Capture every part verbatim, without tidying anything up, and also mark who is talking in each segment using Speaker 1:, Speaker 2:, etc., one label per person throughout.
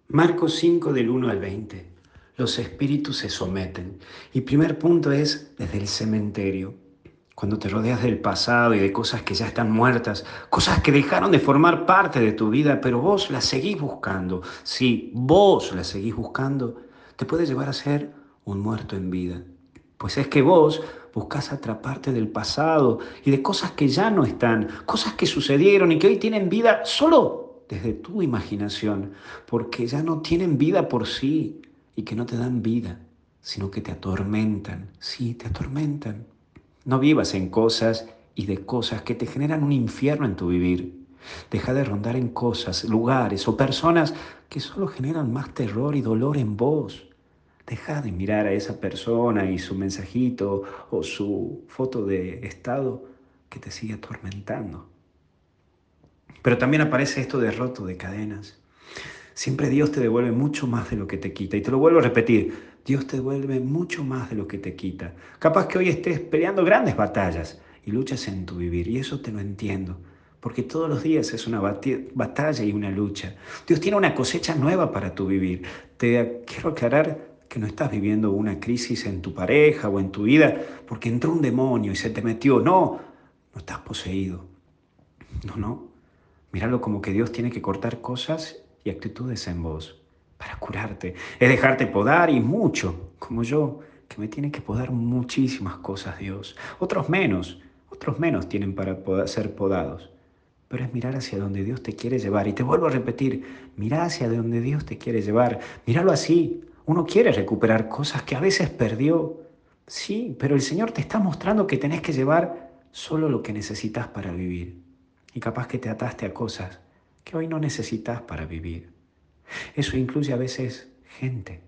Speaker 1: Marcos cinco del uno al veinte. Los espíritus se someten. Y primer punto es desde el cementerio. Cuando te rodeas del pasado y de cosas que ya están muertas, cosas que dejaron de formar parte de tu vida, pero vos las seguís buscando. Si vos las seguís buscando, te puede llevar a ser un muerto en vida. Pues es que vos buscas atraparte del pasado y de cosas que ya no están, cosas que sucedieron y que hoy tienen vida solo desde tu imaginación, porque ya no tienen vida por sí y que no te dan vida, sino que te atormentan. Sí, te atormentan. No vivas en cosas y de cosas que te generan un infierno en tu vivir. Deja de rondar en cosas, lugares o personas que solo generan más terror y dolor en vos. Deja de mirar a esa persona y su mensajito o su foto de estado que te sigue atormentando. Pero también aparece esto de roto de cadenas. Siempre Dios te devuelve mucho más de lo que te quita. Y te lo vuelvo a repetir, Dios te devuelve mucho más de lo que te quita. Capaz que hoy estés peleando grandes batallas y luchas en tu vivir. Y eso te lo entiendo. Porque todos los días es una batalla y una lucha. Dios tiene una cosecha nueva para tu vivir. Te quiero aclarar que no estás viviendo una crisis en tu pareja o en tu vida porque entró un demonio y se te metió. No, no estás poseído. No, no. Míralo como que Dios tiene que cortar cosas y actitudes en vos para curarte. Es dejarte podar y mucho, como yo, que me tiene que podar muchísimas cosas Dios. Otros menos, otros menos tienen para poder ser podados. Pero es mirar hacia donde Dios te quiere llevar. Y te vuelvo a repetir, mira hacia donde Dios te quiere llevar. Míralo así. Uno quiere recuperar cosas que a veces perdió. Sí, pero el Señor te está mostrando que tenés que llevar solo lo que necesitas para vivir. Y capaz que te ataste a cosas que hoy no necesitas para vivir. Eso incluye a veces gente.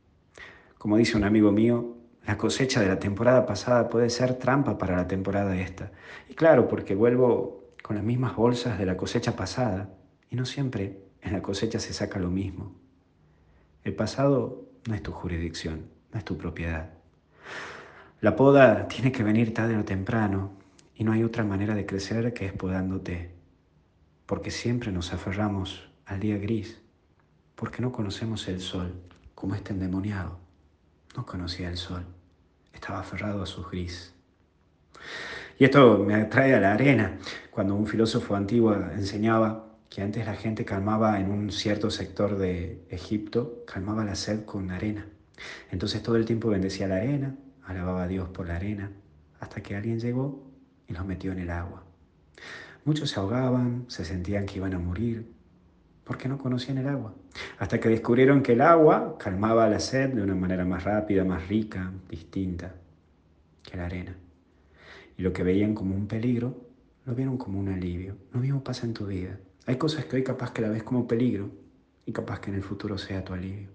Speaker 1: Como dice un amigo mío, la cosecha de la temporada pasada puede ser trampa para la temporada esta. Y claro, porque vuelvo con las mismas bolsas de la cosecha pasada y no siempre en la cosecha se saca lo mismo. El pasado no es tu jurisdicción, no es tu propiedad. La poda tiene que venir tarde o temprano y no hay otra manera de crecer que es podándote, porque siempre nos aferramos al día gris, porque no conocemos el sol, como este endemoniado. No conocía el sol, estaba aferrado a su gris. Y esto me atrae a la arena, cuando un filósofo antiguo enseñaba que antes la gente calmaba en un cierto sector de Egipto, calmaba la sed con arena. Entonces todo el tiempo bendecía la arena, alababa a Dios por la arena, hasta que alguien llegó y los metió en el agua. Muchos se ahogaban, se sentían que iban a morir, porque no conocían el agua. Hasta que descubrieron que el agua calmaba la sed de una manera más rápida, más rica, distinta que la arena. Y lo que veían como un peligro, lo vieron como un alivio. Lo mismo pasa en tu vida. Hay cosas que hoy capaz que la ves como peligro y capaz que en el futuro sea tu alivio.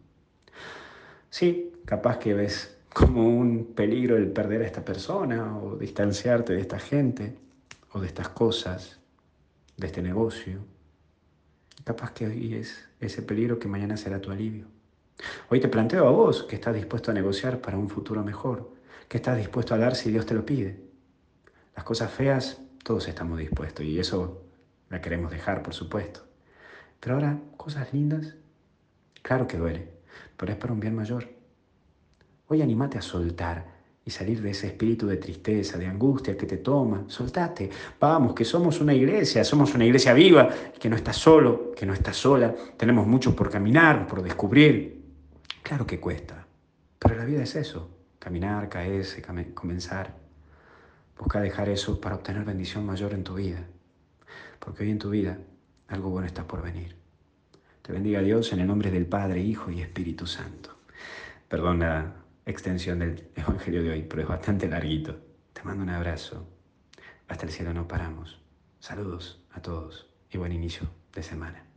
Speaker 1: Sí, capaz que ves como un peligro el perder a esta persona o distanciarte de esta gente o de estas cosas, de este negocio. Capaz que hoy es ese peligro que mañana será tu alivio. Hoy te planteo a vos que estás dispuesto a negociar para un futuro mejor, que estás dispuesto a dar si Dios te lo pide. Las cosas feas, todos estamos dispuestos y eso la queremos dejar, por supuesto. Pero ahora, cosas lindas, claro que duele, pero es para un bien mayor. Hoy animate a soltar y salir de ese espíritu de tristeza, de angustia que te toma. Soltate, vamos, que somos una iglesia, somos una iglesia viva, que no estás solo, que no estás sola. Tenemos mucho por caminar, por descubrir. Claro que cuesta, pero la vida es eso, caminar, caerse, cam- comenzar. Busca dejar eso para obtener bendición mayor en tu vida, porque hoy en tu vida algo bueno está por venir. Te bendiga Dios en el nombre del Padre, Hijo y Espíritu Santo. Perdón la extensión del Evangelio de hoy, pero es bastante larguito. Te mando un abrazo. Hasta el cielo no paramos. Saludos a todos y buen inicio de semana.